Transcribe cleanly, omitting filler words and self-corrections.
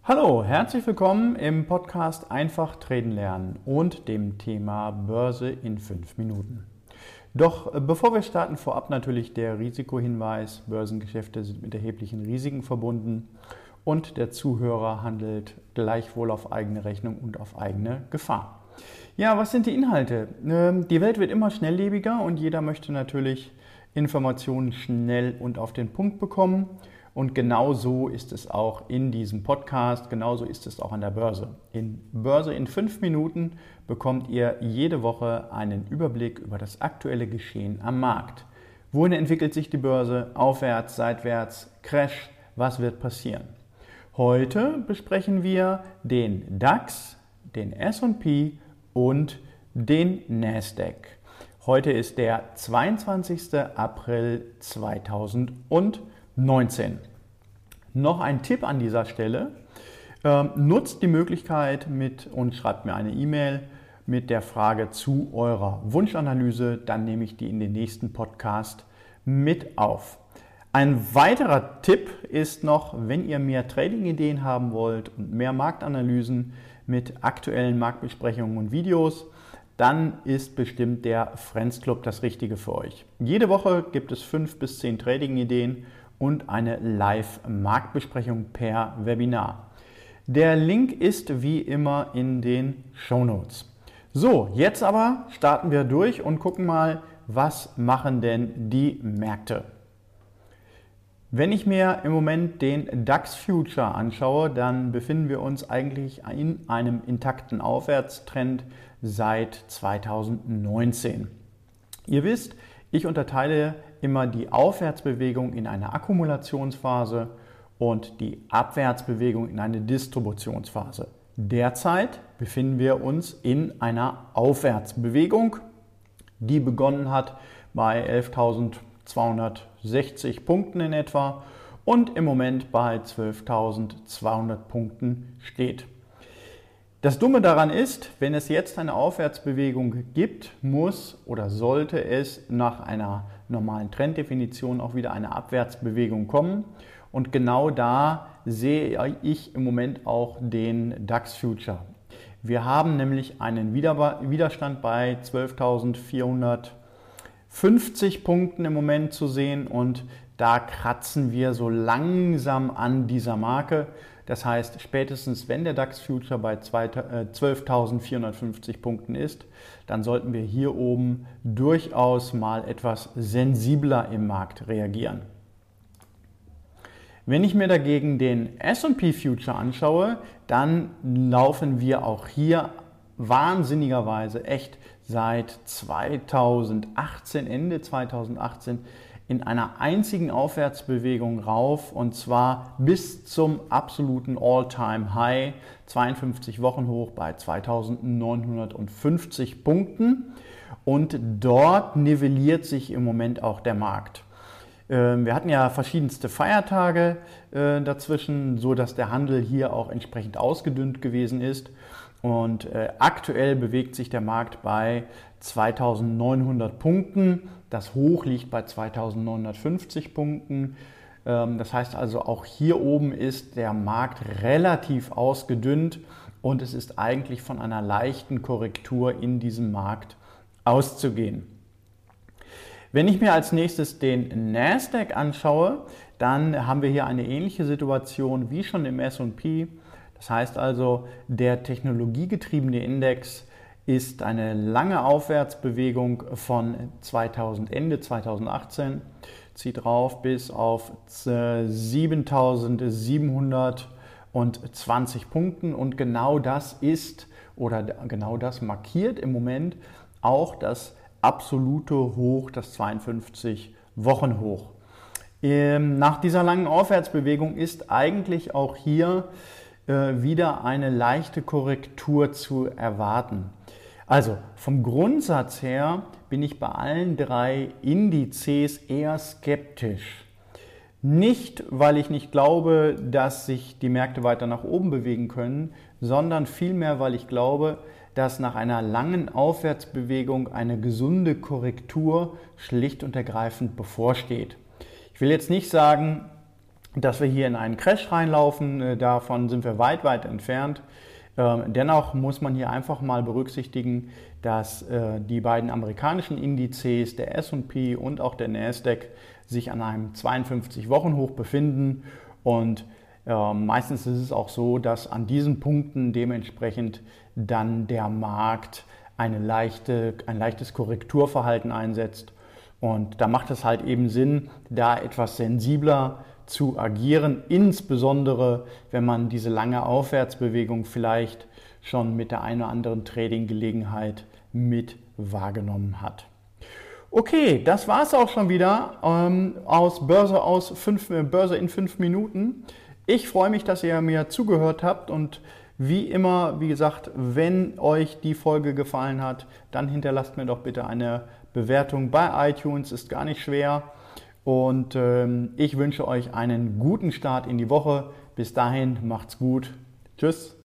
Hallo, herzlich willkommen im Podcast Einfach traden lernen und dem Thema Börse in 5 Minuten. Doch bevor wir starten, vorab natürlich der Risikohinweis. Börsengeschäfte sind mit erheblichen Risiken verbunden und der Zuhörer handelt gleichwohl auf eigene Rechnung und auf eigene Gefahr. Ja, was sind die Inhalte? Die Welt wird immer schnelllebiger und jeder möchte natürlich Informationen schnell und auf den Punkt bekommen. Und genau so ist es auch in diesem Podcast, genauso ist es auch an der Börse. In Börse in 5 Minuten bekommt ihr jede Woche einen Überblick über das aktuelle Geschehen am Markt. Wohin entwickelt sich die Börse? Aufwärts, seitwärts, Crash? Was wird passieren? Heute besprechen wir den DAX, den S&P und den Nasdaq. Heute ist der 22. April 2019. Noch ein Tipp an dieser Stelle. Nutzt die Möglichkeit und schreibt mir eine E-Mail mit der Frage zu eurer Wunschanalyse. Dann nehme ich die in den nächsten Podcast mit auf. Ein weiterer Tipp ist noch, wenn ihr mehr Trading-Ideen haben wollt und mehr Marktanalysen mit aktuellen Marktbesprechungen und Videos, dann ist bestimmt der Friends Club das Richtige für euch. Jede Woche gibt es 5 bis 10 Trading-Ideen und eine Live-Marktbesprechung per Webinar. Der Link ist wie immer in den Shownotes. So, jetzt aber starten wir durch und gucken mal, was machen denn die Märkte. Wenn ich mir im Moment den DAX Future anschaue, dann befinden wir uns eigentlich in einem intakten Aufwärtstrend seit 2019. Ihr wisst, ich unterteile immer die Aufwärtsbewegung in eine Akkumulationsphase und die Abwärtsbewegung in eine Distributionsphase. Derzeit befinden wir uns in einer Aufwärtsbewegung, die begonnen hat bei 11.260 Punkten in etwa und im Moment bei 12.200 Punkten steht. Das Dumme daran ist, wenn es jetzt eine Aufwärtsbewegung gibt, muss oder sollte es nach einer normalen Trenddefinition auch wieder eine Abwärtsbewegung kommen. Und genau da sehe ich im Moment auch den DAX Future. Wir haben nämlich einen Widerstand bei 12.450 Punkten im Moment zu sehen und da kratzen wir so langsam an dieser Marke. Das heißt, spätestens wenn der DAX Future bei 12.450 Punkten ist, dann sollten wir hier oben durchaus mal etwas sensibler im Markt reagieren. Wenn ich mir dagegen den S&P Future anschaue, dann laufen wir auch hier wahnsinnigerweise echt seit 2018, Ende 2018, in einer einzigen Aufwärtsbewegung rauf und zwar bis zum absoluten All-Time-High, 52 Wochen hoch bei 2.950 Punkten und dort nivelliert sich im Moment auch der Markt. Wir hatten ja verschiedenste Feiertage dazwischen, so dass der Handel hier auch entsprechend ausgedünnt gewesen ist. Und aktuell bewegt sich der Markt bei 2.900 Punkten. Das Hoch liegt bei 2.950 Punkten. Das heißt also, auch hier oben ist der Markt relativ ausgedünnt und es ist eigentlich von einer leichten Korrektur in diesem Markt auszugehen. Wenn ich mir als nächstes den Nasdaq anschaue, dann haben wir hier eine ähnliche Situation wie schon im S&P. Das heißt also, der technologiegetriebene Index ist eine lange Aufwärtsbewegung von Ende 2018, zieht rauf bis auf 7.720 Punkten und genau das markiert im Moment auch das absolute Hoch, das 52-Wochen-Hoch. Nach dieser langen Aufwärtsbewegung ist eigentlich auch hier wieder eine leichte Korrektur zu erwarten. Also vom Grundsatz her bin ich bei allen 3 Indizes eher skeptisch. Nicht, weil ich nicht glaube, dass sich die Märkte weiter nach oben bewegen können, sondern vielmehr, weil ich glaube, dass nach einer langen Aufwärtsbewegung eine gesunde Korrektur schlicht und ergreifend bevorsteht. Ich will jetzt nicht sagen, dass wir hier in einen Crash reinlaufen. Davon sind wir weit, weit entfernt. Dennoch muss man hier einfach mal berücksichtigen, dass die beiden amerikanischen Indizes, der S&P und auch der Nasdaq, sich an einem 52-Wochen-Hoch befinden. Und meistens ist es auch so, dass an diesen Punkten dementsprechend dann der Markt ein leichtes Korrekturverhalten einsetzt. Und da macht es halt eben Sinn, da etwas sensibler zu agieren, insbesondere wenn man diese lange Aufwärtsbewegung vielleicht schon mit der einen oder anderen Trading-Gelegenheit mit wahrgenommen hat. Okay, das war es auch schon wieder aus Börse in 5 Minuten. Ich freue mich, dass ihr mir zugehört habt und wie immer, wie gesagt, wenn euch die Folge gefallen hat, dann hinterlasst mir doch bitte eine Bewertung bei iTunes, ist gar nicht schwer. Und ich wünsche euch einen guten Start in die Woche. Bis dahin, macht's gut. Tschüss.